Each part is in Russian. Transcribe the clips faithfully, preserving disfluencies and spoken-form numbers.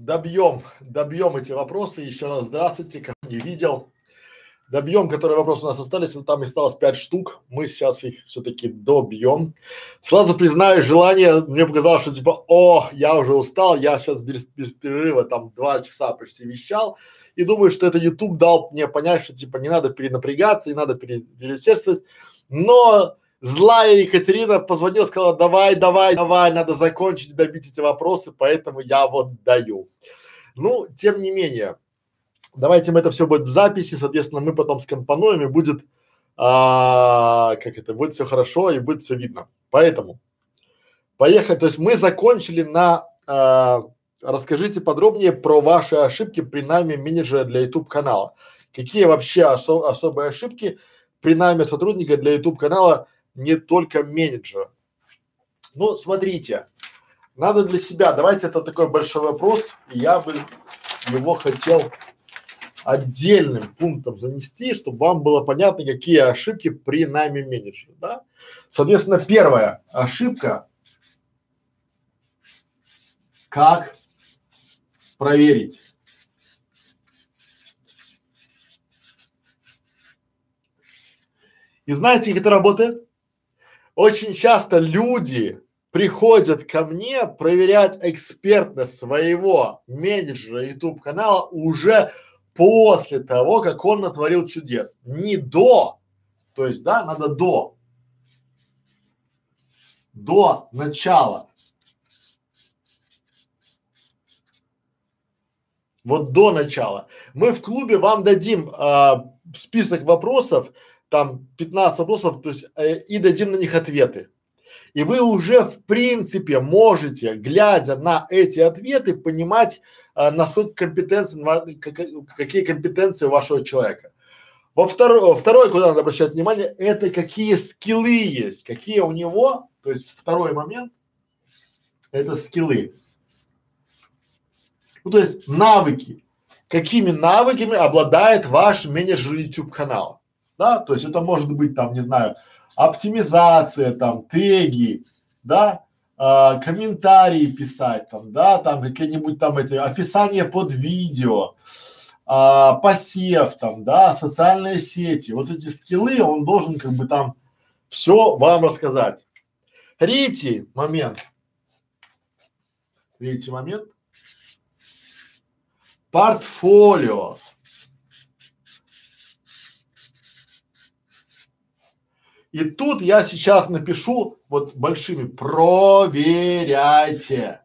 добьем, добьем эти вопросы. Еще раз здравствуйте, кого не видел. Добьем, которые вопросы у нас остались, вот там осталось пять штук, мы сейчас их все-таки добьем. Сразу признаю желание, мне показалось, что типа, о, я уже устал, я сейчас без, без перерыва там два часа почти вещал, и думаю, что это YouTube дал мне понять, что типа не надо перенапрягаться, не надо пере, переусердствовать, но злая Екатерина позвонила, сказала, давай, давай, давай, надо закончить, добить эти вопросы, поэтому я вот даю. Ну, тем не менее. Давайте мы это все будет в записи, соответственно, мы потом скомпонуем и будет, а, как это, будет все хорошо и будет все видно. Поэтому поехали. То есть мы закончили на, а, расскажите подробнее про ваши ошибки при найме менеджера для YouTube канала. Какие вообще осо особые ошибки при найме сотрудника для YouTube канала, не только менеджера? Ну, смотрите, надо для себя, давайте это такой большой вопрос, и я бы его хотел отдельным пунктом занести, чтобы вам было понятно, какие ошибки при найме менеджера, да? Соответственно, первая ошибка, как проверить. И знаете, как это работает? Очень часто люди приходят ко мне проверять экспертность своего менеджера YouTube канала уже после того, как он натворил чудес. Не до, то есть, да, надо до, до начала. Вот до начала. Мы в клубе вам дадим а, список вопросов, там пятнадцать вопросов, то есть, э, и дадим на них ответы. И вы уже в принципе можете, глядя на эти ответы, понимать, а, насколько компетенции, как, какие компетенции у вашего человека. Во второе, второе, куда надо обращать внимание, это какие скиллы есть, какие у него, то есть второй момент, это скиллы. Ну, то есть навыки. Какими навыками обладает ваш менеджер YouTube канала, да? То есть это может быть там, не знаю, оптимизация, там, теги, да, а, комментарии писать, там, да, там какие-нибудь там эти, описания под видео, а, посев, там, да, социальные сети. Вот эти скиллы он должен как бы там все вам рассказать. Третий момент. Третий момент. Портфолио. И тут я сейчас напишу вот большими: проверяйте.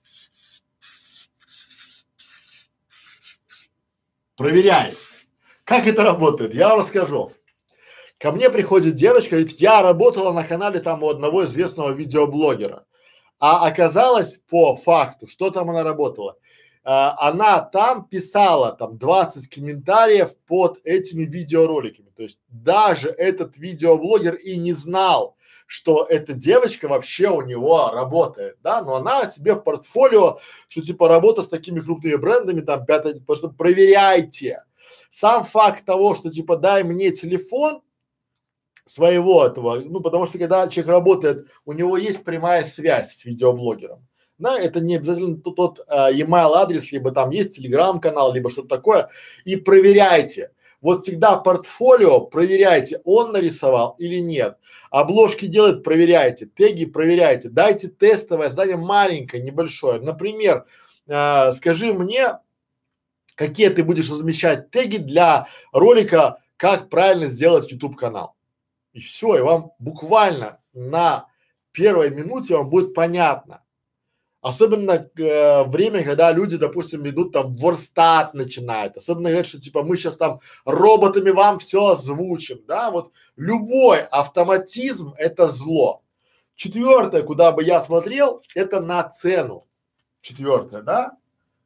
Проверяй. Как это работает? Я вам расскажу. Ко мне приходит девочка, говорит, я работала на канале там у одного известного видеоблогера. А оказалось по факту, что там она работала. А, она там писала там двадцать комментариев под этими видеороликами. То есть даже этот видеоблогер и не знал, что эта девочка вообще у него работает, да, но она себе в портфолио, что типа работа с такими крупными брендами, там пятое, просто проверяйте. Сам факт того, что типа дай мне телефон своего этого, ну потому что когда человек работает, у него есть прямая связь с видеоблогером. Да, это не обязательно тот, тот а, e-mail адрес, либо там есть телеграм-канал, либо что-то такое. И проверяйте. Вот всегда портфолио проверяйте, он нарисовал или нет. Обложки делает, проверяйте. Теги проверяйте. Дайте тестовое задание маленькое, небольшое. Например, а, скажи мне, какие ты будешь размещать теги для ролика, как правильно сделать YouTube канал. И все, и вам буквально на первой минуте вам будет понятно. Особенно э, время, когда люди, допустим, идут там, ворстат начинают. Особенно говорят, что типа мы сейчас там роботами вам все озвучим, да, вот любой автоматизм это зло. Четвертое, куда бы я смотрел, это на цену. Четвертое, да,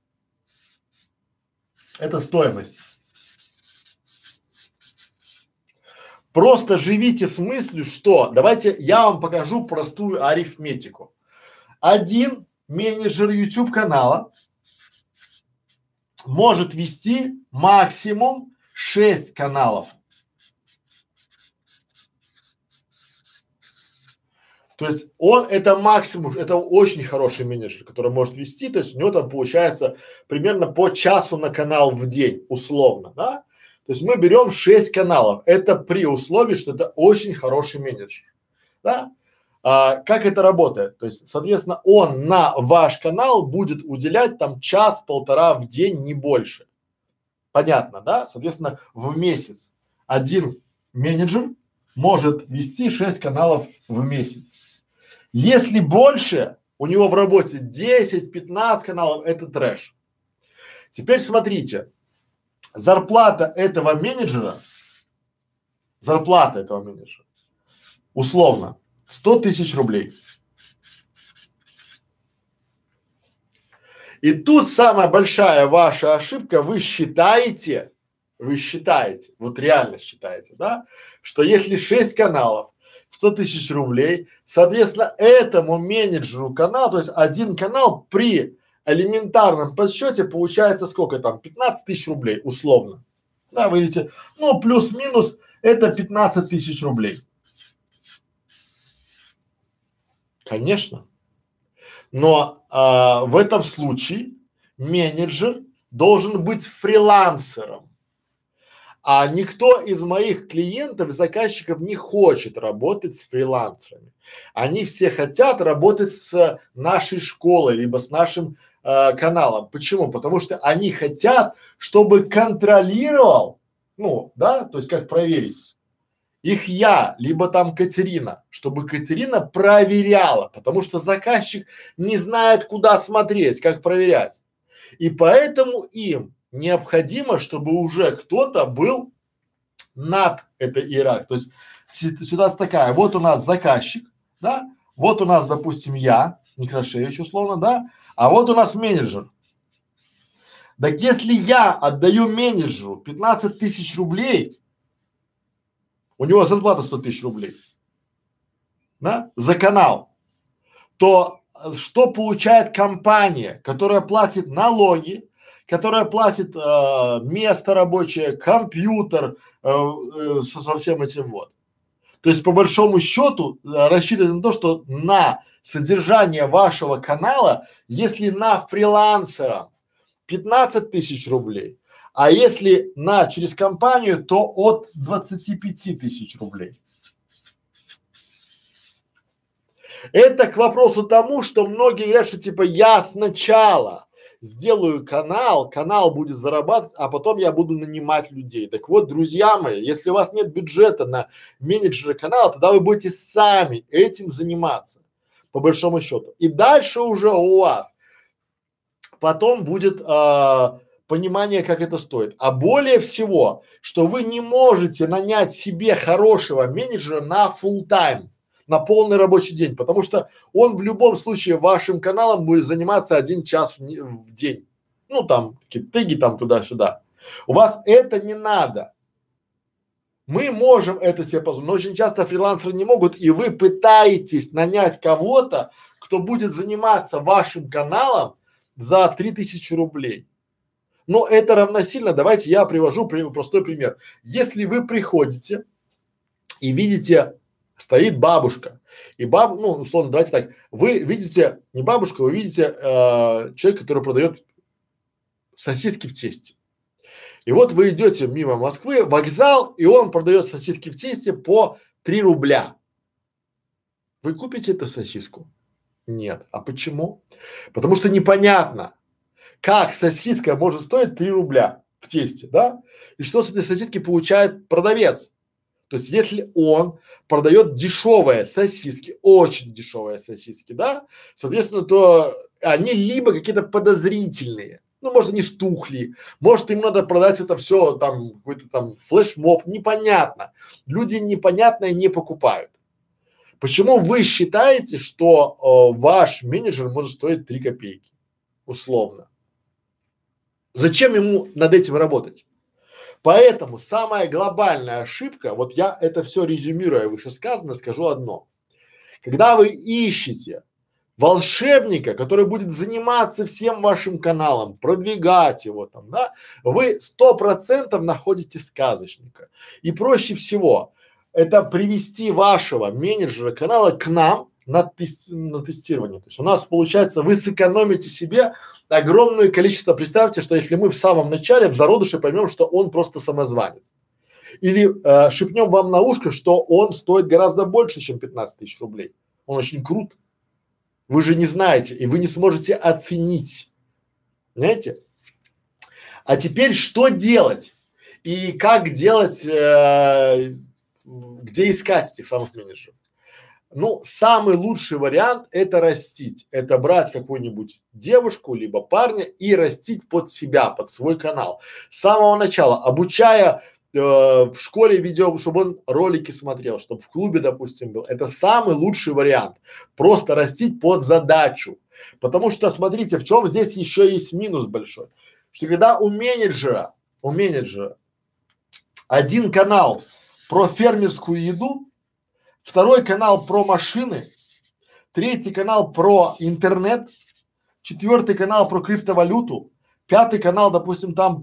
это стоимость. Просто живите с мыслью, что, давайте я вам покажу простую арифметику. Один менеджер YouTube канала может вести максимум шесть каналов. То есть он это максимум, это очень хороший менеджер, который может вести, то есть у него там получается примерно по часу на канал в день, условно, да? То есть мы берем шесть каналов, это при условии, что это очень хороший менеджер, да? А, как это работает? То есть, соответственно, он на ваш канал будет уделять там час-полтора в день, не больше. Понятно, да? Соответственно, в месяц один менеджер может вести шесть каналов в месяц. Если больше, у него в работе десять-пятнадцать каналов, это трэш. Теперь смотрите, зарплата этого менеджера, зарплата этого менеджера, условно, сто тысяч рублей. И тут самая большая ваша ошибка, вы считаете, вы считаете, вот реально считаете, да, что если шесть каналов, сто тысяч рублей, соответственно, этому менеджеру канала, то есть один канал при элементарном подсчете получается сколько там, пятнадцать тысяч рублей условно. Да, вы видите, ну плюс-минус это пятнадцать тысяч рублей. Конечно. Но а, в этом случае менеджер должен быть фрилансером. А никто из моих клиентов, заказчиков не хочет работать с фрилансерами. Они все хотят работать с нашей школой, либо с нашим э, каналом. Почему? Потому что они хотят, чтобы контролировал, ну, да, то есть как проверить, их я, либо там Катерина, чтобы Катерина проверяла, потому что заказчик не знает, куда смотреть, как проверять. И поэтому им необходимо, чтобы уже кто-то был над этой иерархией. То есть ситуация такая, вот у нас заказчик, да, вот у нас, допустим, я, Некрашевич условно, да, а вот у нас менеджер. Так если я отдаю менеджеру пятнадцать тысяч рублей, у него зарплата сто тысяч рублей, да, за канал, то что получает компания, которая платит налоги, которая платит э, место рабочее, компьютер э, э, со, со всем этим вот. То есть по большому счету э, рассчитывать на то, что на содержание вашего канала, если на фрилансера пятнадцать тысяч рублей, а если на через компанию, то от двадцати пяти тысяч рублей. Это к вопросу тому, что многие говорят, что типа я сначала сделаю канал, канал будет зарабатывать, а потом я буду нанимать людей. Так вот, друзья мои, если у вас нет бюджета на менеджера канала, тогда вы будете сами этим заниматься, по большому счету. И дальше уже у вас потом будет а, понимание, как это стоит. А более всего, что вы не можете нанять себе хорошего менеджера на full time, на полный рабочий день, потому что он в любом случае вашим каналом будет заниматься один час в, не, в день. Ну там какие-то теги там туда-сюда. У вас это не надо. Мы можем это себе позволить, но очень часто фрилансеры не могут, и вы пытаетесь нанять кого-то, кто будет заниматься вашим каналом за три тысячи рублей. Но это равносильно, давайте я привожу при, простой пример. Если вы приходите и видите, стоит бабушка, и баб, ну, условно, давайте так, вы видите, не бабушка, вы видите э, человека, который продает сосиски в тесте. И вот вы идете мимо Москвы, вокзал, и он продает сосиски в тесте по три рубля. Вы купите эту сосиску? Нет. А почему? Потому что непонятно, как сосиска может стоить три рубля в тесте, да? И что с этой сосиски получает продавец? То есть, если он продает дешевые сосиски, очень дешевые сосиски, да, соответственно, то они либо какие-то подозрительные, ну, может, они стухли, может, им надо продать это все, там, какой-то там флешмоб, непонятно. Люди непонятное не покупают. Почему вы считаете, что э, ваш менеджер может стоить три копейки, условно? Зачем ему над этим работать? Поэтому самая глобальная ошибка, вот я это все резюмируя вышесказанное, скажу одно. Когда вы ищете волшебника, который будет заниматься всем вашим каналом, продвигать его там, да, вы сто процентов находите сказочника. И проще всего это привести вашего менеджера канала к нам на, тести, на тестирование. То есть у нас получается, вы сэкономите себе огромное количество. Представьте, что если мы в самом начале в зародыше поймем, что он просто самозванец. Или э, шепнем вам на ушко, что он стоит гораздо больше, чем пятнадцать тысяч рублей. Он очень крут. Вы же не знаете, и вы не сможете оценить. Понимаете? А теперь что делать? И как делать, э, где искать этих самых менеджеров? Ну, самый лучший вариант – это растить. Это брать какую-нибудь девушку, либо парня и растить под себя, под свой канал. С самого начала, обучая э, в школе видео, чтобы он ролики смотрел, чтобы в клубе, допустим, был. Это самый лучший вариант. Просто растить под задачу. Потому что, смотрите, в чем здесь еще есть минус большой. Что когда у менеджера, у менеджера один канал про фермерскую еду, второй канал про машины, третий канал про интернет, четвертый канал про криптовалюту, пятый канал, допустим, там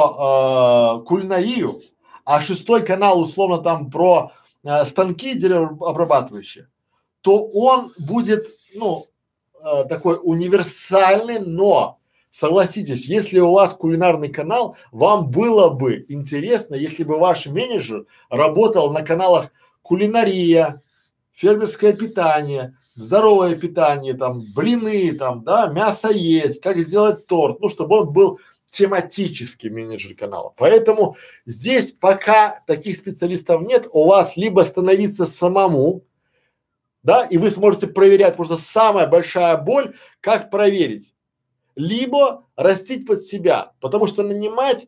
про э, кулинарию, а шестой канал условно там про э, станки деревообрабатывающие, то он будет, ну, э, такой универсальный, но согласитесь, если у вас кулинарный канал, вам было бы интересно, если бы ваш менеджер работал на каналах кулинария, фермерское питание, здоровое питание, там, блины, там, да, мясо есть, как сделать торт, ну, чтобы он был тематический менеджер канала. Поэтому здесь пока таких специалистов нет, у вас либо становиться самому, да, и вы сможете проверять, просто самая большая боль, как проверить, либо растить под себя, потому что нанимать,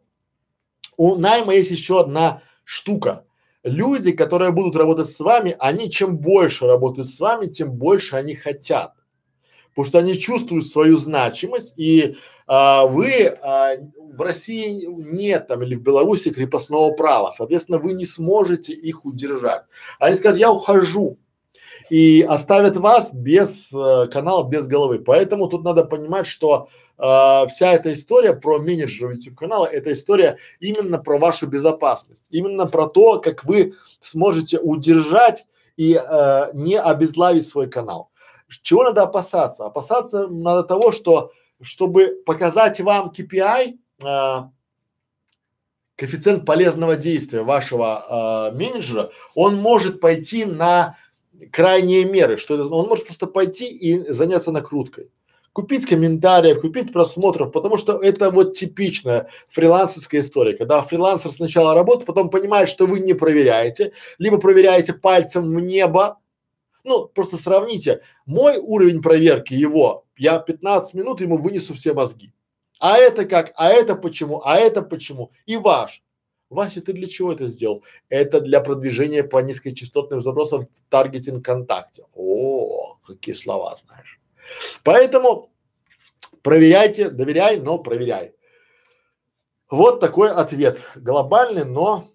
у найма есть еще одна штука. Люди, которые будут работать с вами, они чем больше работают с вами, тем больше они хотят. Потому что они чувствуют свою значимость, и а, вы, а, в России нет там или в Беларуси крепостного права, соответственно, вы не сможете их удержать. Они скажут, я ухожу, и оставят вас без э, канала, без головы. Поэтому тут надо понимать, что э, вся эта история про менеджера YouTube канала, это история именно про вашу безопасность, именно про то, как вы сможете удержать и э, не обезглавить свой канал. Чего надо опасаться? Опасаться надо того, что чтобы показать вам кей пи ай, э, коэффициент полезного действия вашего э, менеджера, он может пойти на крайние меры, что это, он может просто пойти и заняться накруткой, купить комментариев, купить просмотров, потому что это вот типичная фрилансерская история, когда фрилансер сначала работает, потом понимает, что вы не проверяете, либо проверяете пальцем в небо. Ну, просто сравните, мой уровень проверки его, я пятнадцать минут ему вынесу все мозги. А это как? А это почему? А это почему? И ваш. Вася, ты для чего это сделал? Это для продвижения по низкочастотным запросам в таргетинг ВКонтакте. О, какие слова знаешь. Поэтому проверяйте, доверяй, но проверяй. Вот такой ответ. Глобальный, но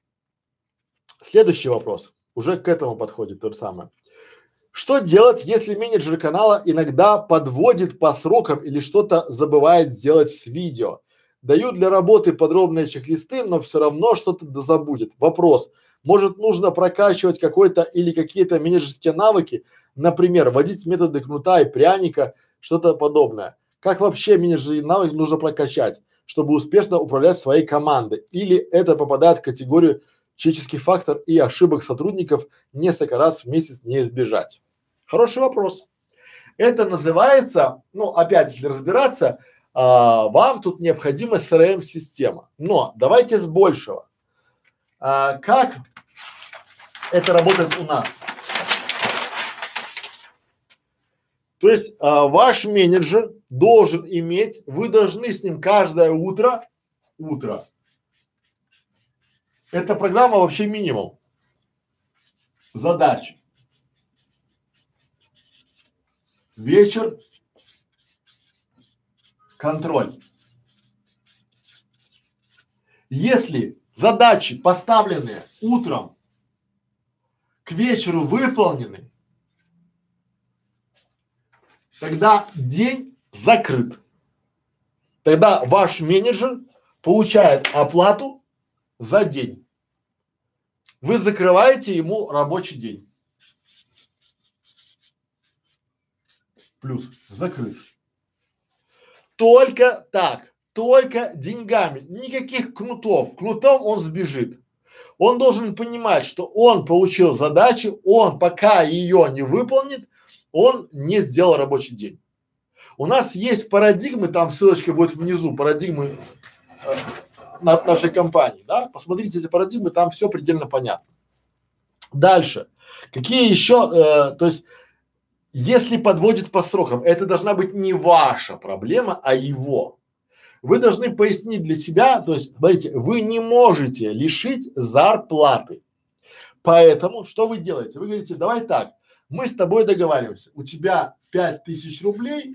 следующий вопрос. Уже к этому подходит то же самое. Что делать, если менеджер канала иногда подводит по срокам или что-то забывает сделать с видео? Даю для работы подробные чек-листы, но все равно что-то да забудет. Вопрос. Может, нужно прокачивать какой-то или какие-то менеджерские навыки, например, вводить методы кнута и пряника, что-то подобное. Как вообще менеджерские навыки нужно прокачать, чтобы успешно управлять своей командой? Или это попадает в категорию человеческий фактор и ошибок сотрудников несколько раз в месяц не избежать? Хороший вопрос. Это называется, ну, опять, если разбираться, а, вам тут необходима си эр эм-система. Но давайте с большего. А, как это работает у нас? То есть а, ваш менеджер должен иметь, вы должны с ним каждое утро, утро. Эта программа вообще минимум. Задачи. Вечер. Контроль. Если задачи, поставленные утром, к вечеру выполнены, тогда день закрыт. Тогда ваш менеджер получает оплату за день. Вы закрываете ему рабочий день. плюс закрыть. Только так, только деньгами, никаких кнутов. Кнутом он сбежит. Он должен понимать, что он получил задачу, он пока ее не выполнит, он не сделал рабочий день. У нас есть парадигмы, там ссылочка будет внизу, парадигмы э, на нашей компании, да, посмотрите эти парадигмы, там все предельно понятно. Дальше, какие еще, э, то есть, если подводит по срокам, это должна быть не ваша проблема, а его. Вы должны пояснить для себя, то есть, смотрите, вы не можете лишить зарплаты. Поэтому что вы делаете? Вы говорите, давай так, мы с тобой договариваемся, у тебя пять тысяч рублей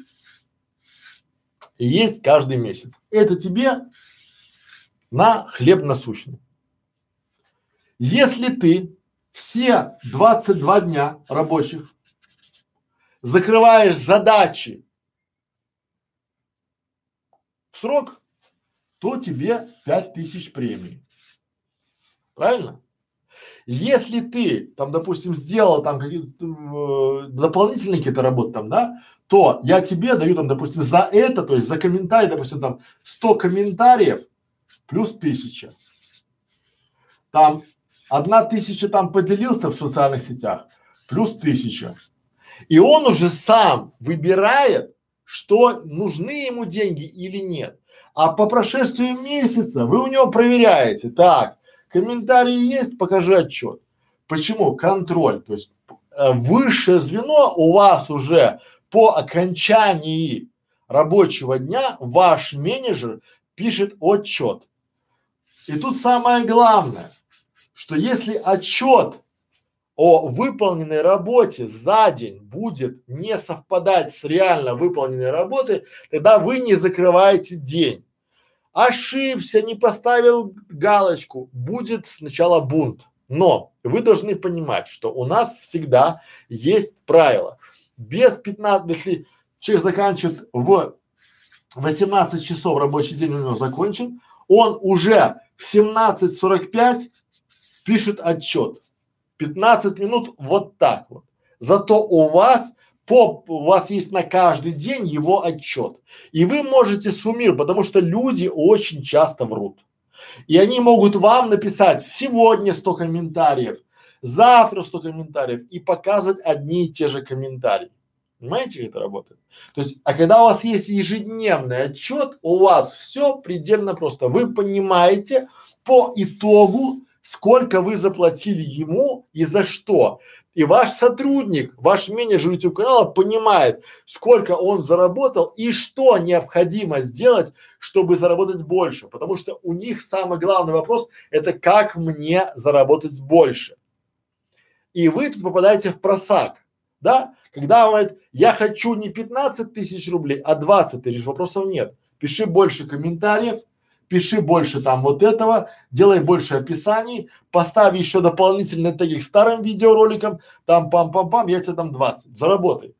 есть каждый месяц. Это тебе на хлеб насущный. Если ты все двадцать два дня рабочих закрываешь задачи в срок, то тебе пять тысяч премии. Правильно? Если ты там, допустим, сделал там какие-то э, дополнительные какие-то работы там, да, то я тебе даю там, допустим, за это, то есть за комментарий, допустим, там сто комментариев плюс тысяча. Там одна тысяча там поделился в социальных сетях плюс тысяча. И он уже сам выбирает, что нужны ему деньги или нет. А по прошествии месяца вы у него проверяете, так, комментарии есть, покажи отчет. Почему? Контроль. То есть э, высшее звено у вас уже по окончании рабочего дня ваш менеджер пишет отчет. И тут самое главное, что если отчет о выполненной работе за день будет не совпадать с реально выполненной работой, тогда вы не закрываете день. Ошибся, не поставил галочку, будет сначала бунт. Но вы должны понимать, что у нас всегда есть правило. Без пятнадцати, если человек заканчивает в восемнадцать часов рабочий день у него закончен, он уже в семнадцать сорок пять пишет отчет. пятнадцать минут вот так вот. Зато у вас по, у вас есть на каждый день его отчет. И вы можете суммировать, потому что люди очень часто врут. И они могут вам написать сегодня сто комментариев, завтра сто комментариев и показывать одни и те же комментарии. Понимаете, как это работает? То есть, а когда у вас есть ежедневный отчет, у вас все предельно просто. Вы понимаете по итогу, сколько вы заплатили ему и за что. И ваш сотрудник, ваш менеджер YouTube канала понимает, сколько он заработал и что необходимо сделать, чтобы заработать больше. Потому что у них самый главный вопрос – это как мне заработать больше. И вы тут попадаете в просак, да? Когда он говорит, я хочу не пятнадцать тысяч рублей, а двадцать тысяч, вопросов нет. Пиши больше комментариев, пиши больше там вот этого, делай больше описаний, поставь еще дополнительные теги к старым видеороликам, там пам-пам-пам, я тебе дам двадцать, заработай.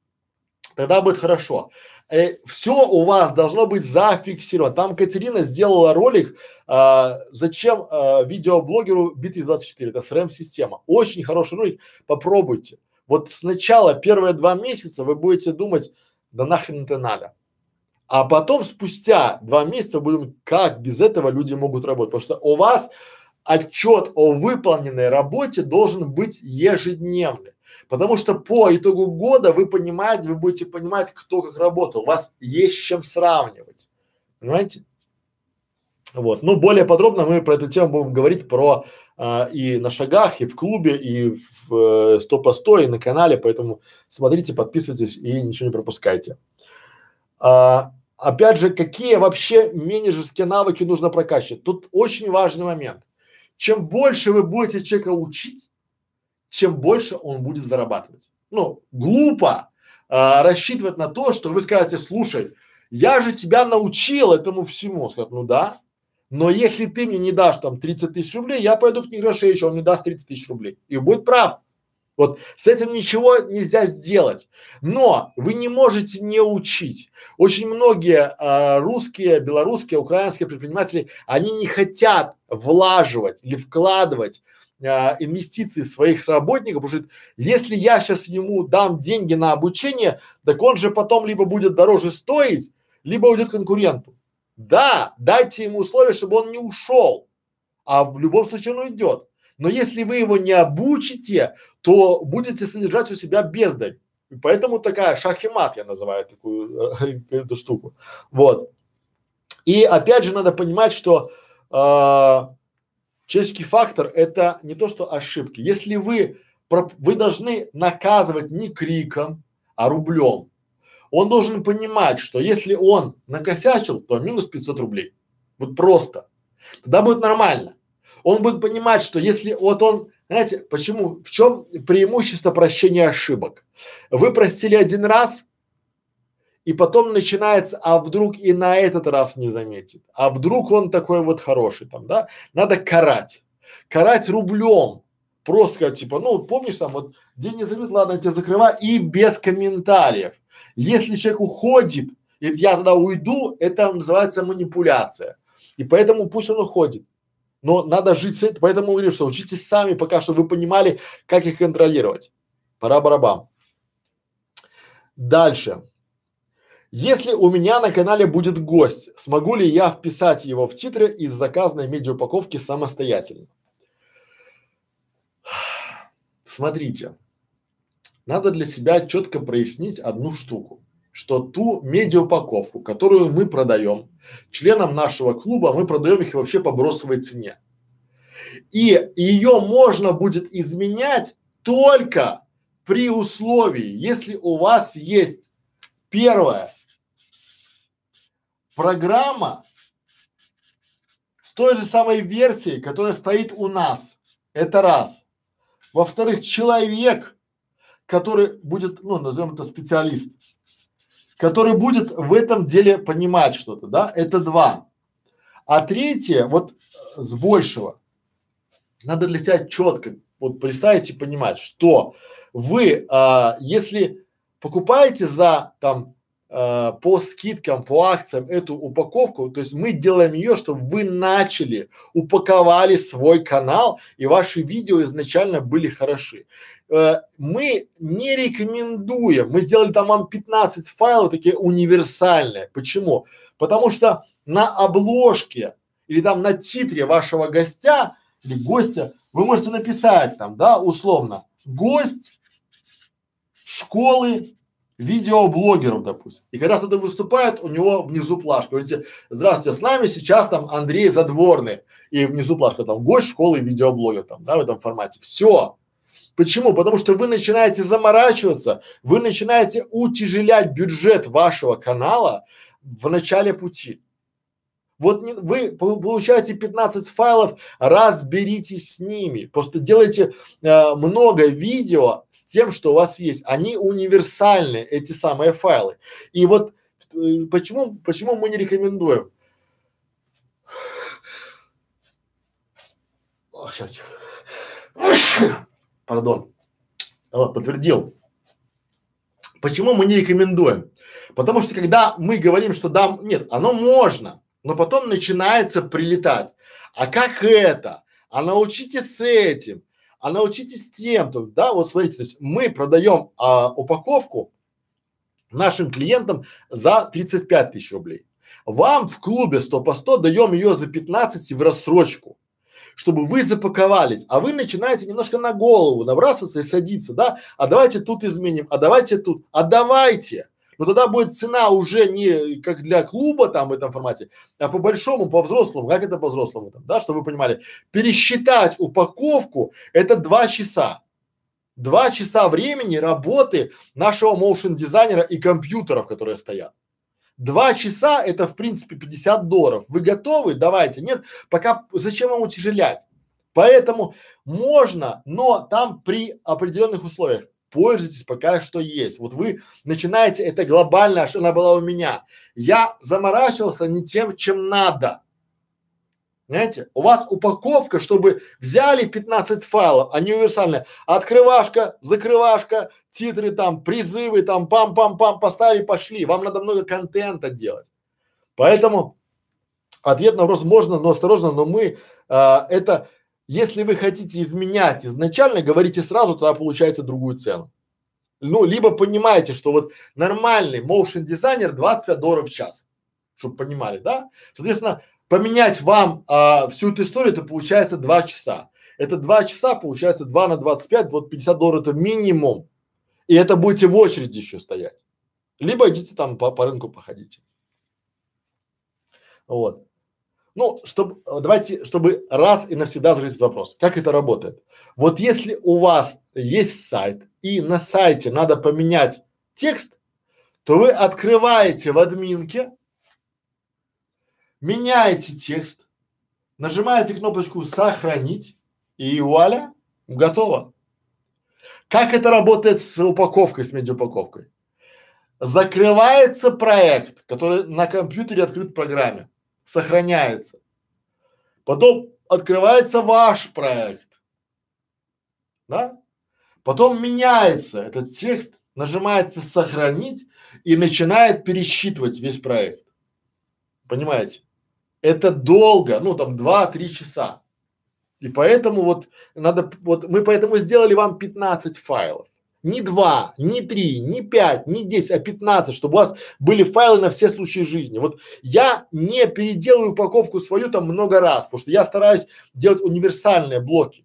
Тогда будет хорошо. Э, все у вас должно быть зафиксировано. Там Катерина сделала ролик, а, зачем а, видеоблогеру Bittrex двадцать четыре, это эс эр эм-система. Очень хороший ролик, попробуйте. Вот сначала первые два месяца вы будете думать, да нахрен это надо. А потом спустя два месяца будем думать, как без этого люди могут работать. Потому что у вас отчет о выполненной работе должен быть ежедневный. Потому что по итогу года вы понимаете, вы будете понимать, кто как работал. У вас есть с чем сравнивать. Понимаете? Вот. Ну, более подробно мы про эту тему будем говорить про а, и на шагах, и в клубе, и в э, сто по сто, и на канале. Поэтому смотрите, подписывайтесь и ничего не пропускайте. А, опять же, какие вообще менеджерские навыки нужно прокачивать? Тут очень важный момент. Чем больше вы будете человека учить, чем больше он будет зарабатывать. Ну, глупо а, рассчитывать на то, что вы скажете, слушай, я же тебя научил этому всему. Скажут, ну да, но если ты мне не дашь там тридцать тысяч рублей, я пойду к Негрошевичу, он мне даст тридцать тысяч рублей. И будет прав. Вот с этим ничего нельзя сделать. Но вы не можете не учить. Очень многие а, русские, белорусские, украинские предприниматели, они не хотят влаживать или вкладывать а, инвестиции своих работников, потому что если я сейчас ему дам деньги на обучение, так он же потом либо будет дороже стоить, либо уйдет к конкуренту. Да, дайте ему условия, чтобы он не ушел, а в любом случае он уйдет. Но если вы его не обучите, то будете содержать у себя бездарь. И поэтому такая шах и мат, я называю такую э, эту штуку. Вот. И опять же надо понимать, что э, человеческий фактор – это не то, что ошибки. Если вы, про, вы должны наказывать не криком, а рублем. Он должен понимать, что если он накосячил, то минус пятьсот рублей. Вот просто. Тогда будет нормально. Он будет понимать, что если вот он, знаете, почему, в чем преимущество прощения ошибок? Вы простили один раз, и потом начинается, а вдруг и на этот раз не заметит, а вдруг он такой вот хороший там, да? Надо карать. Карать рублем. Просто сказать, типа, ну, помнишь там, вот, день не забит, ладно, я тебя закрываю, и без комментариев. Если человек уходит, и я тогда уйду, это называется манипуляция. И поэтому пусть он уходит. Но надо жить с этим, поэтому говорю, что учитесь сами пока, чтобы вы понимали, как их контролировать. Пора барабан. Дальше. Если у меня на канале будет гость, смогу ли я вписать его в титры из заказанной медиаупаковки самостоятельно? Смотрите, надо для себя четко прояснить одну штуку, что ту медиаупаковку, которую мы продаем членам нашего клуба, мы продаем их вообще по бросовой цене. И ее можно будет изменять только при условии, если у вас есть первое программа с той же самой версией, которая стоит у нас. Это раз. Во-вторых, человек, который будет, ну, назовем это специалист, который будет в этом деле понимать что-то, да, это два. А третье, вот с большего, надо для себя четко вот представить и понимать, что вы, а, если покупаете за там а, по скидкам, по акциям эту упаковку, то есть мы делаем ее, чтобы вы начали, упаковали свой канал и ваши видео изначально были хороши. Э, мы не рекомендуем, мы сделали там вам пятнадцать файлов такие универсальные. Почему? Потому что на обложке или там на титре вашего гостя или гостя вы можете написать там, да, условно, гость школы видеоблогеров, допустим. И когда кто-то выступает, у него внизу плашка. Говорите, здравствуйте, с нами сейчас там Андрей Задворный. И внизу плашка там, гость школы видеоблогеров там, да, в этом формате. Все. Почему? Потому что вы начинаете заморачиваться, вы начинаете утяжелять бюджет вашего канала в начале пути. Вот не, вы получаете пятнадцать файлов, разберитесь с ними. Просто делайте э, много видео с тем, что у вас есть. Они универсальны, эти самые файлы. И вот э, почему, почему мы не рекомендуем? О, сейчас. Пардон. Вот, подтвердил. Почему мы не рекомендуем? Потому что когда мы говорим, что да, нет, оно можно. Но потом начинается прилетать. А как это? А научитесь с этим, а научитесь с тем, то, да, вот смотрите, то есть мы продаем а, упаковку нашим клиентам за тридцать пять тысяч рублей. Вам в клубе сто по сто даем ее за пятнадцать и в рассрочку, чтобы вы запаковались, а вы начинаете немножко на голову набрасываться и садиться, да, а давайте тут изменим, а давайте тут, а давайте. Но тогда будет цена уже не как для клуба там в этом формате, а по большому, по взрослому. Как это по взрослому там, да, чтобы вы понимали. Пересчитать упаковку – это два часа. Два часа времени работы нашего моушен дизайнера и компьютеров, которые стоят. Два часа – это в принципе пятьдесят долларов. Вы готовы? Давайте. Нет, пока зачем вам утяжелять? Поэтому можно, но там при определенных условиях. Пользуйтесь пока что есть. Вот вы начинаете, это глобальная, что она была у меня. Я заморачивался не тем, чем надо. Знаете, у вас упаковка, чтобы взяли пятнадцать файлов, они универсальные. Открывашка, закрывашка, титры там, призывы там, пам-пам-пам, поставили, пошли. Вам надо много контента делать. Поэтому ответ на вопрос можно, но осторожно, но мы а, это Если вы хотите изменять изначально, говорите сразу, тогда получается другую цену. Ну, либо понимаете, что вот нормальный motion дизайнер двадцать пять долларов в час, чтобы понимали, да? Соответственно, поменять вам а, всю эту историю, это получается два часа. Это два часа, получается два на двадцать пять, вот пятьдесят долларов это минимум. И это будете в очереди еще стоять. Либо идите там по, по рынку походите. Вот. Ну, чтобы, давайте, чтобы раз и навсегда закрыть вопрос, как это работает. Вот если у вас есть сайт, и на сайте надо поменять текст, то вы открываете в админке, меняете текст, нажимаете кнопочку «Сохранить», и вуаля, готово. Как это работает с упаковкой, с медиаупаковкой? Закрывается проект, который на компьютере открыт в программе, сохраняется. Потом открывается ваш проект, да? Потом меняется этот текст, нажимается «Сохранить» и начинает пересчитывать весь проект. Понимаете? Это долго, ну там два-три часа. И поэтому вот надо, вот мы поэтому сделали вам пятнадцать файлов. Не два, не три, не пять, не десять, а пятнадцать, чтобы у вас были файлы на все случаи жизни. Вот я не переделаю упаковку свою там много раз, потому что я стараюсь делать универсальные блоки.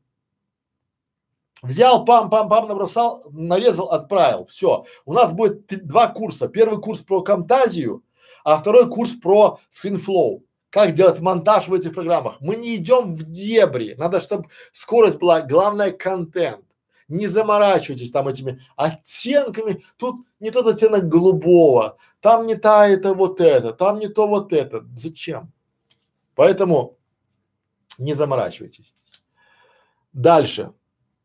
Взял, пам-пам-пам, набросал, нарезал, отправил. Все. У нас будет т- два курса. Первый курс про Camtasia, а второй курс про ScreenFlow. Как делать монтаж в этих программах. Мы не идем в дебри. Надо, чтобы скорость была. Главное, контент. Не заморачивайтесь там этими оттенками. Тут не тот оттенок голубого, там не та это вот это, там не то вот это. Зачем? Поэтому не заморачивайтесь. Дальше.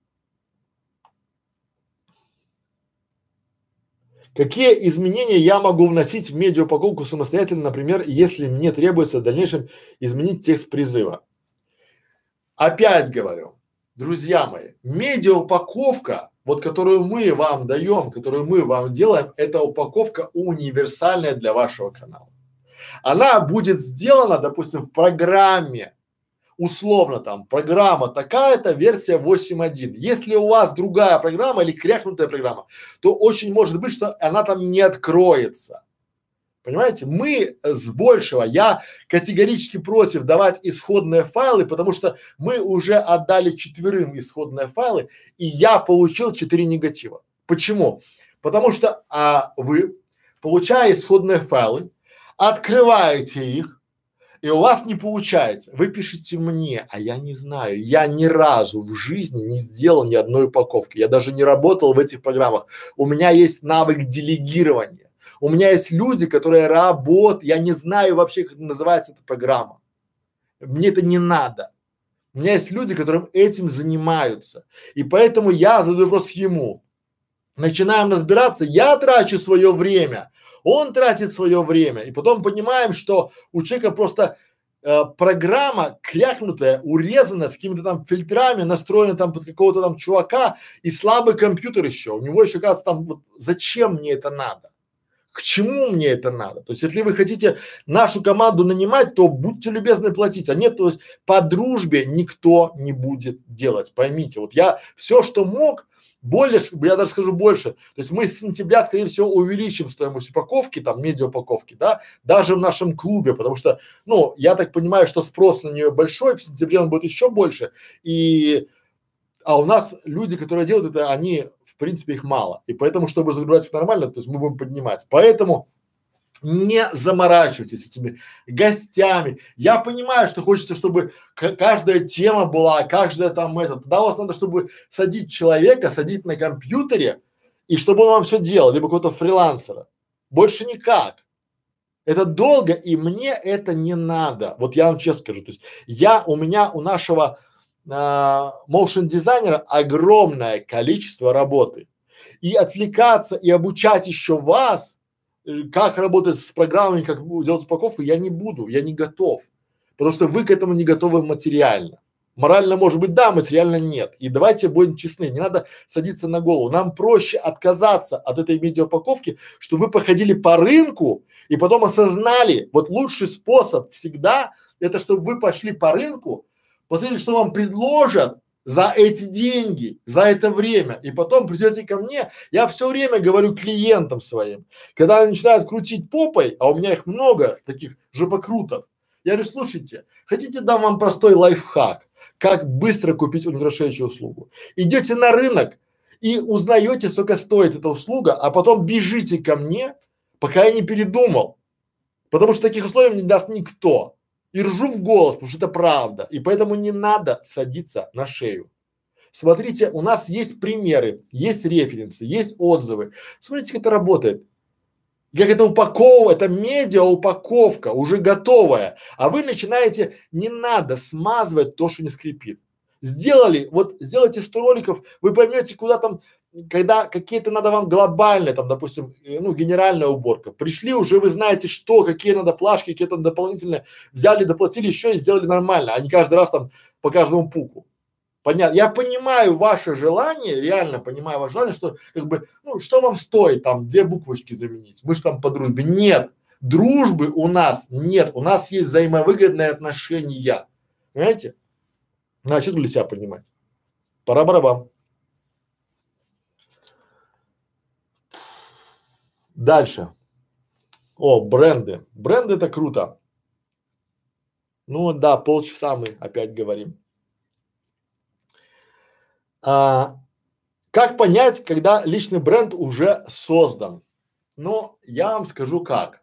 Какие изменения я могу вносить в медиаупаковку самостоятельно, например, если мне требуется в дальнейшем изменить текст призыва? Опять говорю, друзья мои, медиаупаковка, вот которую мы вам даем, которую мы вам делаем, это упаковка универсальная для вашего канала. Она будет сделана, допустим, в программе, условно там, программа такая-то, версия восемь точка один. Если у вас другая программа или крякнутая программа, то очень может быть, что она там не откроется. Понимаете? Мы с большего, я категорически против давать исходные файлы, потому что мы уже отдали четверым исходные файлы, и я получил четыре негатива. Почему? Потому что а, вы, получая исходные файлы, открываете их, и у вас не получается. Вы пишете мне, а я не знаю, я ни разу в жизни не сделал ни одной упаковки, я даже не работал в этих программах. У меня есть навык делегирования. У меня есть люди, которые работают, я не знаю вообще, как называется эта программа. Мне это не надо. У меня есть люди, которым этим занимаются. И поэтому я задаю вопрос ему. Начинаем разбираться, я трачу свое время, он тратит свое время. И потом понимаем, что у человека просто э, программа клякнутая, урезана с какими-то там фильтрами, настроена там под какого-то там чувака и слабый компьютер еще. У него еще, кажется, там вот зачем мне это надо? К чему мне это надо? То есть, если вы хотите нашу команду нанимать, то будьте любезны платить, а нет, то есть по дружбе никто не будет делать. Поймите, вот я все, что мог, более, я даже скажу больше, то есть мы с сентября, скорее всего, увеличим стоимость упаковки, там, медиаупаковки, да, даже в нашем клубе, потому что, ну, я так понимаю, что спрос на нее большой, в сентябре он будет еще больше, и, а у нас люди, которые делают это, они, в принципе, их мало, и поэтому, чтобы загружать их нормально, то есть мы будем поднимать, поэтому не заморачивайтесь этими гостями. Я понимаю, что хочется, чтобы каждая тема была, каждая там это. Да, у вас надо, чтобы садить человека, садить на компьютере, и чтобы он вам все делал, либо какого-то фрилансера. Больше никак. Это долго, и мне это не надо. Вот я вам честно скажу. То есть я, у меня, у нашего а, motion дизайнера огромное количество работы. И отвлекаться, и обучать еще вас, как работать с программами, как делать упаковку, я не буду, я не готов. Потому что вы к этому не готовы материально. Морально, может быть, да, материально нет. И давайте будем честны, не надо садиться на голову. Нам проще отказаться от этой медиаупаковки, что вы походили по рынку и потом осознали, вот лучший способ всегда, это чтобы вы пошли по рынку, Посмотрите, что вам предложат за эти деньги, за это время, и потом придете ко мне. Я все время говорю клиентам своим, когда они начинают крутить попой, а у меня их много, таких жопокрутов, я говорю, слушайте, хотите дам вам простой лайфхак, как быстро купить унитрошающую услугу. Идете на рынок и узнаете, сколько стоит эта услуга, а потом бежите ко мне, пока я не передумал, потому что таких условий не даст никто. И ржу в голос, потому что это правда. И поэтому не надо садиться на шею. Смотрите, у нас есть примеры, есть референсы, есть отзывы. Смотрите, как это работает. Как это упаковывать, это медиа упаковка, уже готовая. А вы начинаете, не надо смазывать то, что не скрипит. Сделали, вот сделайте сто роликов, вы поймете, куда там, когда какие-то надо вам глобальные, там, допустим, э, ну, генеральная уборка. Пришли уже, вы знаете, что, какие надо плашки, какие то дополнительные, взяли, доплатили еще и сделали нормально, а не каждый раз там по каждому пуку. Понятно. Я понимаю ваше желание, реально понимаю ваше желание, что как бы, ну, что вам стоит там две буквочки заменить? Мы же там по дружбе. Нет, дружбы у нас нет, у нас есть взаимовыгодные отношения. Понимаете? Значит, для себя понимать. Пора барабан. Дальше. О, бренды. Бренды это круто. Ну да, полчаса мы опять говорим. А, как понять, когда личный бренд уже создан? Ну, я вам скажу как.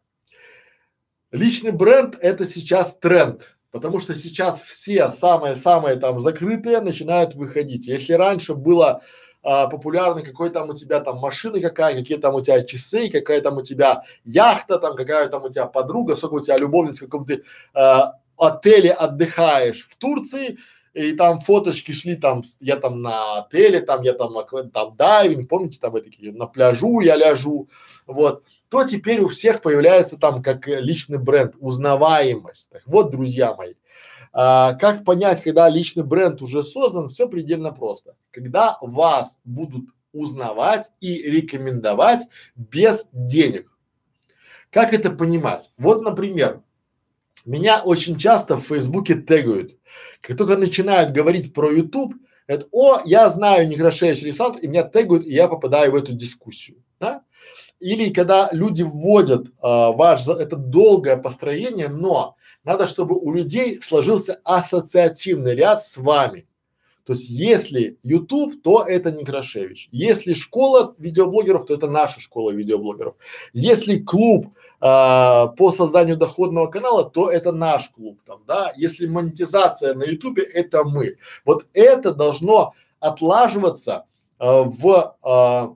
Личный бренд это сейчас тренд, потому что сейчас все самые-самые там закрытые начинают выходить. Если раньше было а, популярно какой там у тебя там машина какая, какие там у тебя часы, какая там у тебя яхта, там какая там у тебя подруга, сколько у тебя любовниц, в каком ты а, отеле отдыхаешь в Турции, и там фоточки шли там, я там на отеле, там я там, там дайвинг, помните, там вы такие, на пляжу я ляжу, вот, то теперь у всех появляется там как личный бренд, узнаваемость. Так вот, друзья мои, а, как понять, когда личный бренд уже создан, все предельно просто. Когда вас будут узнавать и рекомендовать без денег. Как это понимать? Вот, например, меня очень часто в Фейсбуке тегают. Как только начинают говорить про YouTube, это, о, я знаю Некрашевич Александр, и меня тегают, и я попадаю в эту дискуссию, да? Или когда люди вводят а, ваш, это долгое построение, но надо, чтобы у людей сложился ассоциативный ряд с вами. То есть, если YouTube, то это Некрашевич. Если школа видеоблогеров, то это наша школа видеоблогеров. Если клуб а, по созданию доходного канала, то это наш клуб там, да. Если монетизация на YouTube, это мы. Вот это должно отлаживаться а, в, а,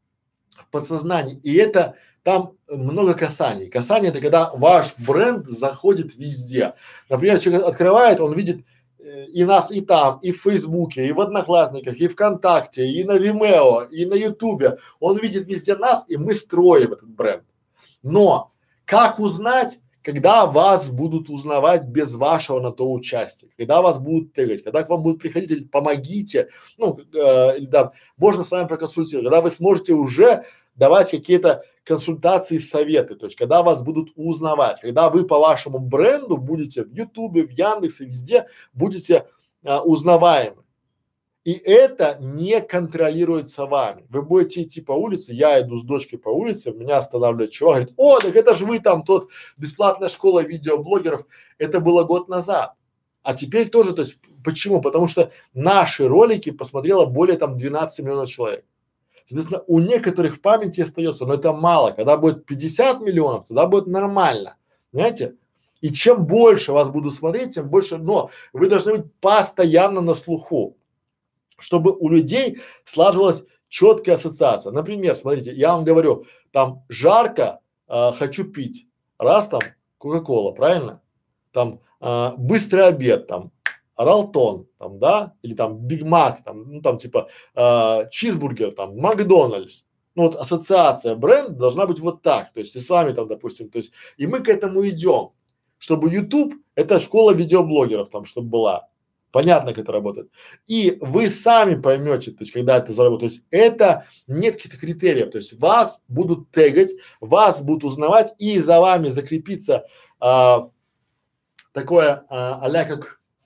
в подсознании. И это там много касаний. Касание это когда ваш бренд заходит везде. Например, человек открывает, он видит и нас и там, и в Фейсбуке, и в Одноклассниках, и ВКонтакте, и на Vimeo, и на Ютубе. Он видит везде нас, и мы строим этот бренд. Но как узнать, когда вас будут узнавать без вашего на то участия, когда вас будут тегать, когда к вам будут приходить, говорить, помогите, ну, э, или да, можно с вами проконсультировать, когда вы сможете уже давать какие-то консультации, советы, то есть когда вас будут узнавать, когда вы по вашему бренду будете в Ютубе, в Яндексе, везде будете а, узнаваемы. И это не контролируется вами. Вы будете идти по улице, я иду с дочкой по улице, меня останавливает чувак, говорит, о, так это же вы там тот бесплатная школа видеоблогеров, это было год назад. А теперь тоже, то есть почему? Потому что наши ролики посмотрело более там двенадцати миллионов человек. Соответственно, у некоторых в памяти остается, но это мало. Когда будет пятьдесят миллионов, тогда будет нормально. Понимаете? И чем больше вас буду смотреть, тем больше, но вы должны быть постоянно на слуху, чтобы у людей слаживалась четкая ассоциация. Например, смотрите, я вам говорю, там жарко, э, хочу пить. Раз там Кока-Кола, правильно? Там э, быстрый обед, там Ралтон, там, да, или там Биг Мак, там, ну там типа э, чизбургер, там, Макдональдс. Ну вот ассоциация бренда должна быть вот так, то есть и с вами там, допустим, то есть и мы к этому идем, чтобы YouTube это школа видеоблогеров там, чтобы была. Понятно, как это работает. И вы сами поймете, то есть когда это заработает, то есть это нет каких-то критериев, то есть вас будут тегать, вас будут узнавать и за вами закрепится а, такое а, а-ля как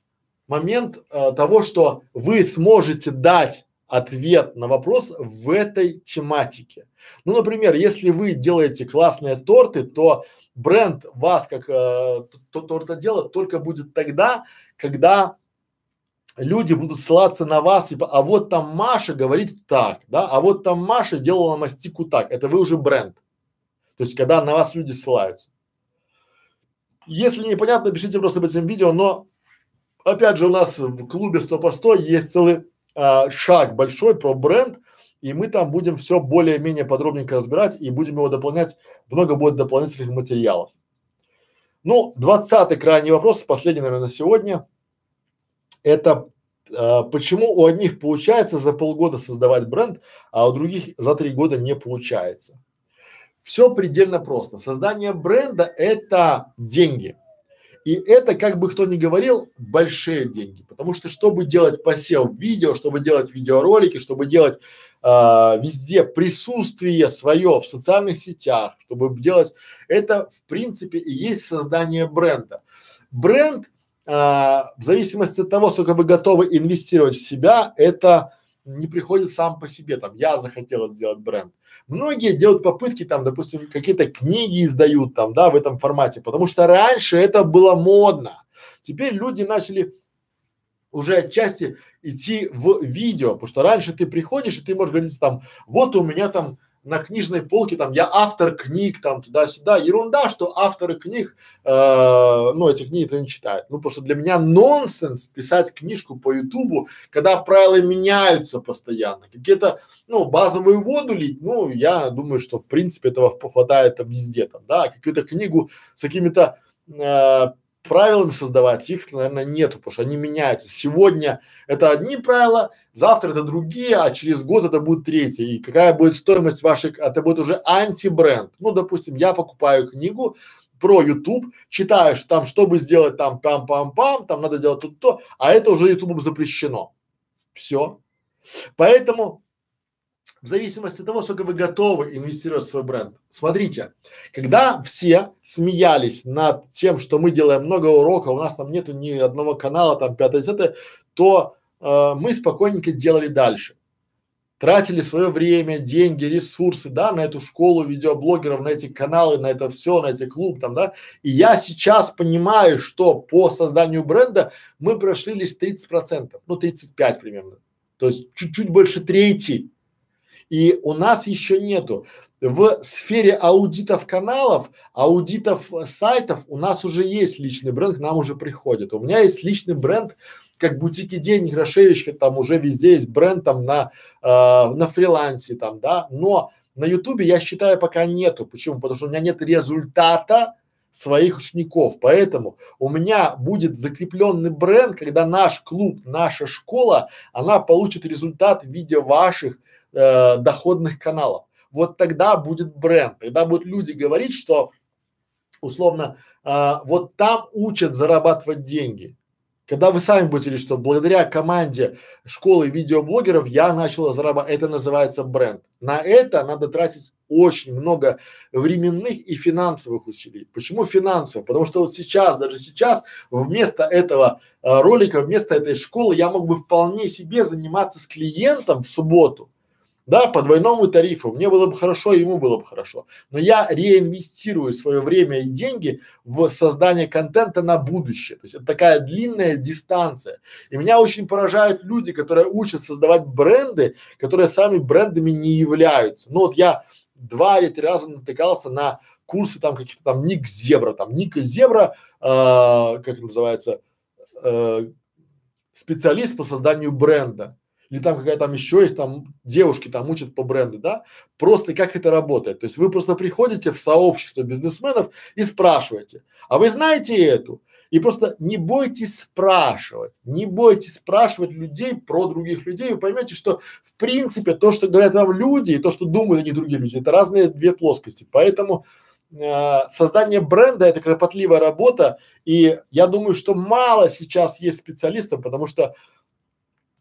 момент э, того, что вы сможете дать ответ на вопрос в этой тематике. Ну, например, если вы делаете классные торты, то бренд вас как э, т- тортодела только будет тогда, когда люди будут ссылаться на вас, типа, а вот там Маша говорит так, да, а вот там Маша делала мастику так, это вы уже бренд. То есть, когда на вас люди ссылаются. Если непонятно, пишите просто под этим видео, но опять же у нас в клубе сто по сто есть целый а, шаг большой про бренд, и мы там будем все более-менее подробненько разбирать и будем его дополнять, много будет дополнительных материалов. Ну, двадцатый крайний вопрос, последний, наверное, на сегодня. Это а, почему у одних получается за полгода создавать бренд, а у других за три года не получается? Все предельно просто. Создание бренда – это деньги. И это, как бы кто ни говорил, большие деньги, потому что чтобы делать посев видео, чтобы делать видеоролики, чтобы делать а, везде присутствие свое в социальных сетях, чтобы делать это, в принципе, и есть создание бренда. Бренд, а, в зависимости от того, сколько вы готовы инвестировать в себя, это не приходит сам по себе. Там я захотел сделать бренд. Многие делают попытки, там, допустим, какие-то книги издают там, да, в этом формате, потому что раньше это было модно. Теперь люди начали уже отчасти идти в видео, потому что раньше ты приходишь и ты можешь говорить там, вот у меня там на книжной полке там я автор книг там туда-сюда, ерунда, что авторы книг, э, ну эти книги это не читают, ну потому что для меня нонсенс писать книжку по ютубу, когда правила меняются постоянно, какие-то ну базовую воду лить, ну я думаю, что в принципе этого хватает там везде там, да, какую-то книгу с какими-то э, правилами создавать, их, наверное, нету, потому что они меняются. Сегодня это одни правила, завтра это другие, а через год это будет третье. И какая будет стоимость ваших, это будет уже антибренд. Ну, допустим, я покупаю книгу про YouTube, читаешь там, чтобы сделать там пам-пам-пам, там надо делать тут-то, а это уже YouTube запрещено. Все. Поэтому в зависимости от того, сколько вы готовы инвестировать в свой бренд. Смотрите, когда все смеялись над тем, что мы делаем много уроков, у нас там нету ни одного канала, там пятое-десятое, то э, мы спокойненько делали дальше. Тратили свое время, деньги, ресурсы, да, на эту школу видеоблогеров, на эти каналы, на это все, на эти клуб там, да. И я сейчас понимаю, что по созданию бренда мы прошли лишь тридцать процентов, ну тридцать пять примерно, то есть чуть-чуть больше трети. И у нас еще нету. В сфере аудитов каналов, аудитов э, сайтов у нас уже есть личный бренд, к нам уже приходит. У меня есть личный бренд, как бутики денег, Грошевичка, там уже везде есть бренд там на, э, на фрилансе там, да. Но на ютубе я считаю пока нету. Почему? Потому что у меня нет результата своих учеников. Поэтому у меня будет закрепленный бренд, когда наш клуб, наша школа, она получит результат в виде ваших э, доходных каналов. Вот тогда будет бренд, тогда будут люди говорить, что условно э, вот там учат зарабатывать деньги. Когда вы сами будете говорить, что благодаря команде школы видеоблогеров я начала зарабатывать, это называется бренд. На это надо тратить очень много временных и финансовых усилий. Почему финансовых? Потому что вот сейчас, даже сейчас, вместо этого э, ролика, вместо этой школы я мог бы вполне себе заниматься с клиентом в субботу. Да, по двойному тарифу, мне было бы хорошо, ему было бы хорошо. Но я реинвестирую свое время и деньги в создание контента на будущее. То есть это такая длинная дистанция. И меня очень поражают люди, которые учат создавать бренды, которые сами брендами не являются. Ну вот я два или три раза натыкался на курсы там каких-то там Ник Зебра, там Ник Зебра, э, как это называется, э, специалист по созданию бренда. Или там какая там еще есть, там девушки там учат по бренду, да, просто как это работает. То есть вы просто приходите в сообщество бизнесменов и спрашиваете, а вы знаете эту? И просто не бойтесь спрашивать, не бойтесь спрашивать людей про других людей, вы поймете, что в принципе то, что говорят вам люди, и то, что думают они другие люди, это разные две плоскости. Поэтому э, создание бренда это кропотливая работа, и я думаю, что мало сейчас есть специалистов, потому что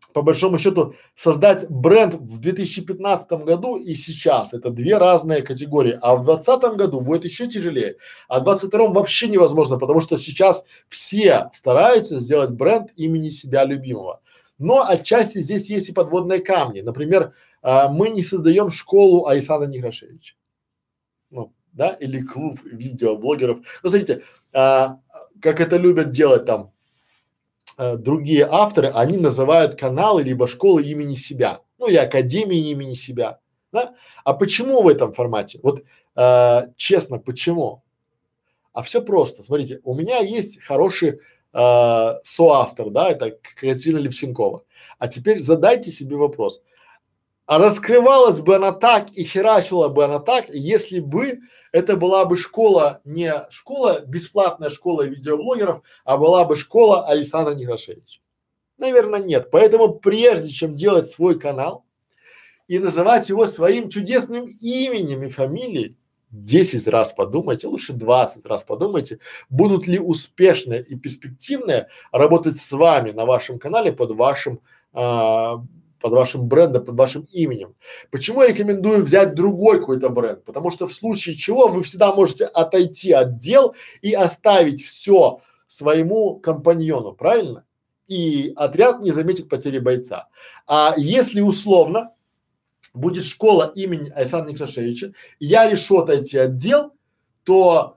по большому счету создать бренд в две тысячи пятнадцатом году и сейчас — это две разные категории, а в двадцатом году будет еще тяжелее, а в двадцать втором вообще невозможно, потому что сейчас все стараются сделать бренд имени себя любимого. Но отчасти здесь есть и подводные камни. Например, а, мы не создаем школу Александра Некрашевича, ну, да, или клуб видеоблогеров. Ну, смотрите, а, как это любят делать там э, другие авторы, они называют каналы либо школы имени себя, ну и академии имени себя, да? А почему в этом формате? Вот э, честно, почему? А все просто. Смотрите, у меня есть хороший э, соавтор, да, это Катерина Левченкова. А теперь задайте себе вопрос: а раскрывалась бы она так и херачила бы она так, если бы это была бы школа, не школа, бесплатная школа видеоблогеров, а была бы школа Александра Некрашевича? Наверное, нет. Поэтому прежде чем делать свой канал и называть его своим чудесным именем и фамилией, десять раз подумайте, лучше двадцать раз подумайте, будут ли успешные и перспективные работать с вами на вашем канале под вашим а, под вашим брендом, под вашим именем. Почему я рекомендую взять другой какой-то бренд? Потому что в случае чего вы всегда можете отойти от дел и оставить все своему компаньону, правильно? И отряд не заметит потери бойца. А если условно будет школа имени Александра Некрашевича, и я решу отойти от дел, то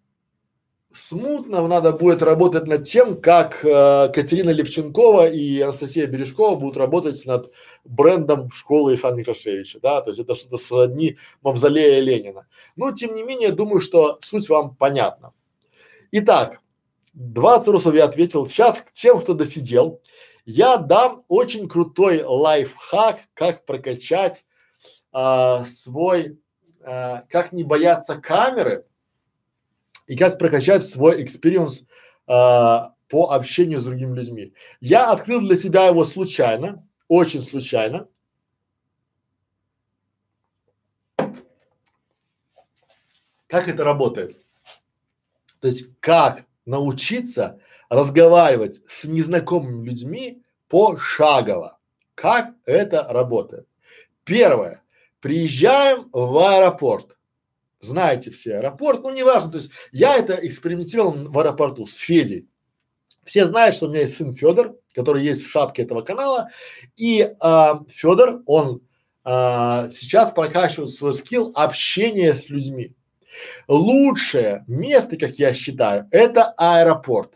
смутно надо будет работать над тем, как э, Катерина Левченкова и Анастасия Бережкова будут работать над брендом школы Александра Некрашевича, да, то есть это что-то сродни мавзолея Ленина. Но тем не менее, думаю, что суть вам понятна. Итак, двадцать вопросов я ответил. Сейчас к тем, кто досидел, я дам очень крутой лайфхак, как прокачать а, свой, а, как не бояться камеры и как прокачать свой экспириенс а, по общению с другими людьми. Я открыл для себя его случайно, очень случайно. Как это работает? То есть как научиться разговаривать с незнакомыми людьми пошагово. Как это работает? Первое. Приезжаем в аэропорт. Знаете все аэропорт, ну неважно, то есть я это экспериментировал в аэропорту с Федей. Все знают, что у меня есть сын Федор, который есть в шапке этого канала, и а, Федор, он а, сейчас прокачивает свой скилл общения с людьми. Лучшее место, как я считаю, это аэропорт.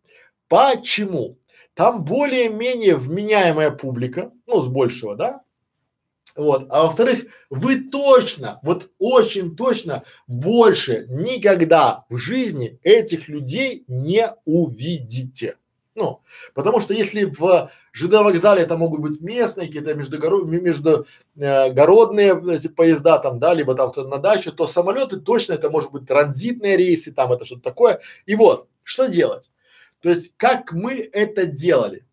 Почему? Там более-менее вменяемая публика, ну с большего, да? Вот. А во-вторых, вы точно, вот очень точно больше никогда в жизни этих людей не увидите. Ну, потому что если в ЖД вокзале это могут быть местные какие-то междугоро- междугородные эти поезда там, да, либо там кто-то на дачу, то самолеты точно это может быть транзитные рейсы, там это что-то такое. И вот, что делать? То есть, как мы это делали?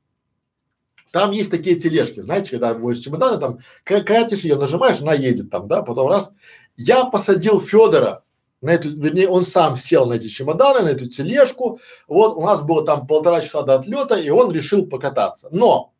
Там есть такие тележки, знаете, когда возишь чемоданы, там к- катишь ее, нажимаешь, она едет там, да, потом раз. Я посадил Федора на эту, вернее, он сам сел на эти чемоданы, на эту тележку. Вот у нас было там полтора часа до отлета, и он решил покататься. Но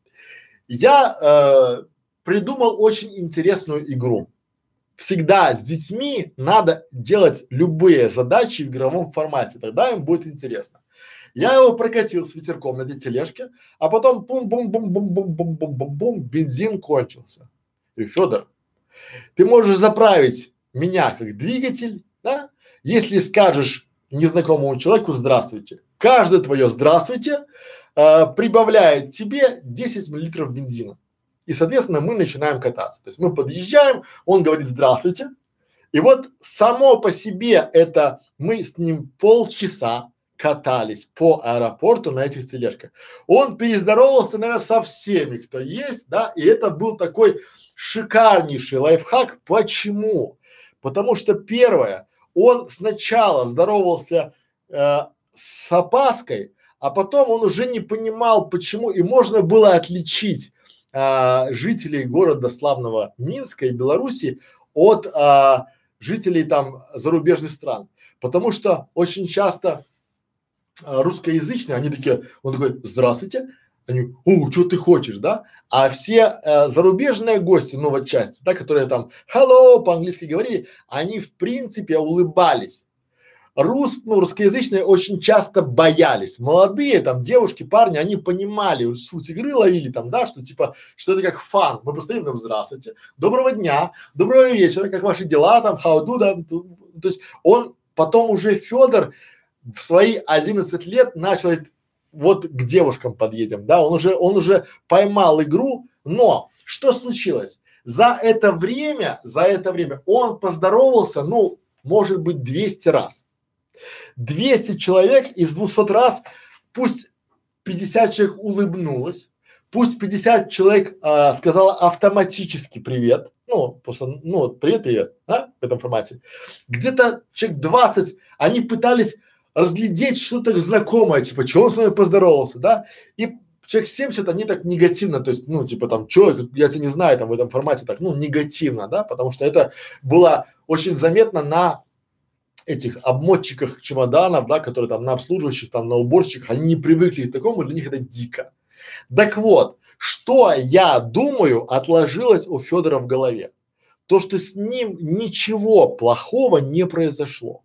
я э, придумал очень интересную игру. Всегда с детьми надо делать любые задачи в игровом формате, тогда им будет интересно. Я его прокатил с ветерком на этой тележке, а потом бум-бум-бум-бум-бум-бум-бум-бум, бензин кончился. И Федор, ты можешь заправить меня как двигатель, да? Если скажешь незнакомому человеку здравствуйте, каждое твое здравствуйте э, прибавляет тебе десять миллилитров бензина. И, соответственно, мы начинаем кататься. То есть мы подъезжаем, он говорит здравствуйте, и вот само по себе это мы с ним полчаса катались по аэропорту на этих тележках. Он перездоровался, наверное, со всеми, кто есть, да, и это был такой шикарнейший лайфхак. Почему? Потому что первое, он сначала здоровался э, с опаской, а потом он уже не понимал, почему, и можно было отличить а, жителей города славного Минска и Беларуси от а, жителей там зарубежных стран, потому что очень часто а, русскоязычные, они такие, он такой, здравствуйте, Они, о, что ты хочешь, да? А все э, зарубежные гости, ну вот часть, да, которые там hello по-английски говорили, они в принципе улыбались. Рус, ну, русскоязычные очень часто боялись. Молодые там девушки, парни, они понимали суть игры, ловили там, да, что типа, что это как фан. Мы просто именно здравствуйте, доброго дня, доброго вечера, как ваши дела там, how do, да, то, то есть он потом уже Федор в свои одиннадцать лет начал вот к девушкам подъедем, да, он уже, он уже поймал игру, но что случилось? За это время, за это время он поздоровался, ну, может быть, двести раз. двести человек из двухсот раз, пусть пятьдесят человек улыбнулось, пусть пятьдесят человек а, сказала автоматически привет, ну, просто, ну, привет-привет, да, в этом формате. Где-то человек двадцать, они пытались разглядеть что-то знакомое, типа, чего он с вами поздоровался, да, и человек семьдесят, они так негативно, то есть, ну, типа там, чё, я тебя не знаю, там, в этом формате так, ну, негативно, да, потому что это было очень заметно на этих обмотчиках чемоданов, да, которые там на обслуживающих, там на уборщиках, они не привыкли к такому, для них это дико. Так вот, что я думаю, отложилось у Федора в голове? То, что с ним ничего плохого не произошло.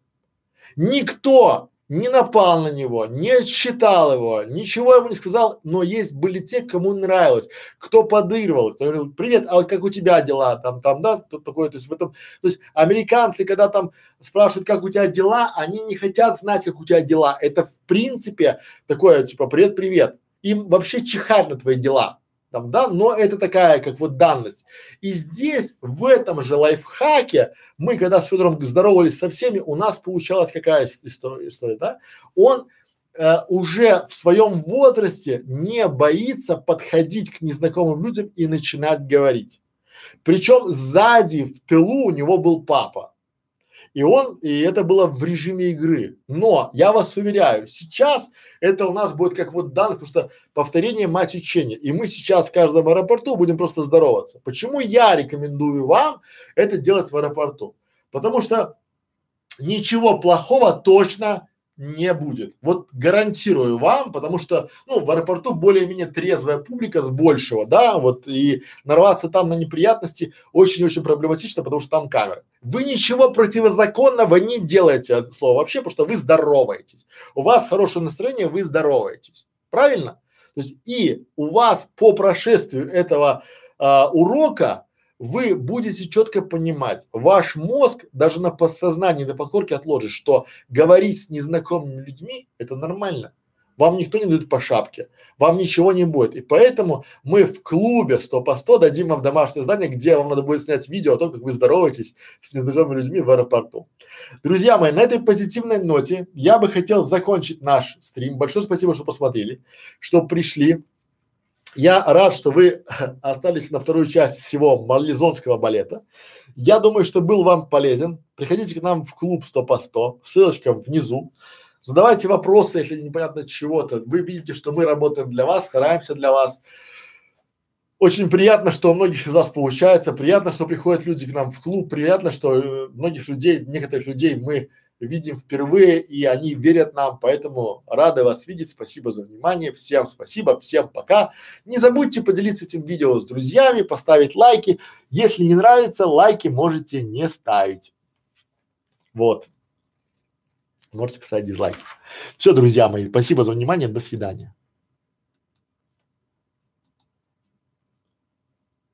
Никто не напал на него, не отсчитал его, ничего ему не сказал, но есть были те, кому нравилось, кто подыгрывал, кто говорил, привет, а вот как у тебя дела, там, там, да, тут такое, то есть в этом, то есть американцы, когда там спрашивают, как у тебя дела, они не хотят знать, как у тебя дела, это в принципе такое, типа, привет, привет, им вообще чихать на твои дела. Там, да, но это такая, как вот данность. И здесь, в этом же лайфхаке, мы, когда с Федором здоровались со всеми, у нас получалась какая история, история да? Он э, уже в своем возрасте не боится подходить к незнакомым людям и начинать говорить. Причем сзади, в тылу у него был папа. И он, и это было в режиме игры. Но я вас уверяю, сейчас это у нас будет как вот данных, потому что повторение мать учения. И мы сейчас в каждом аэропорту будем просто здороваться. Почему я рекомендую вам это делать в аэропорту? Потому что ничего плохого точно не будет. Вот гарантирую вам, потому что, ну, в аэропорту более-менее трезвая публика с большего, да, вот, и нарваться там на неприятности очень-очень проблематично, потому что там камеры. Вы ничего противозаконного не делаете от слова вообще, потому что вы здороваетесь. У вас хорошее настроение, вы здороваетесь. Правильно? То есть и у вас по прошествию этого а, урока вы будете четко понимать, ваш мозг даже на подсознании, на подкорке отложит, что говорить с незнакомыми людьми это нормально. Вам никто не дает по шапке, вам ничего не будет. И поэтому мы в клубе сто по сто дадим вам домашнее задание, где вам надо будет снять видео о том, как вы здороваетесь с незнакомыми людьми в аэропорту. Друзья мои, на этой позитивной ноте я бы хотел закончить наш стрим. Большое спасибо, что посмотрели, что пришли. Я рад, что вы остались на вторую часть всего марлезонского балета. Я думаю, что был вам полезен. Приходите к нам в клуб сто по сто, ссылочка внизу. Задавайте вопросы, если непонятно чего-то. Вы видите, что мы работаем для вас, стараемся для вас. Очень приятно, что у многих из вас получается, приятно, что приходят люди к нам в клуб, приятно, что э, многих людей, некоторых людей мы видим впервые и они верят нам, поэтому рады вас видеть, спасибо за внимание, всем спасибо, всем пока. Не забудьте поделиться этим видео с друзьями, поставить лайки, если не нравится, лайки можете не ставить. Вот, можете поставить дизлайки. Все, друзья мои, спасибо за внимание, до свидания.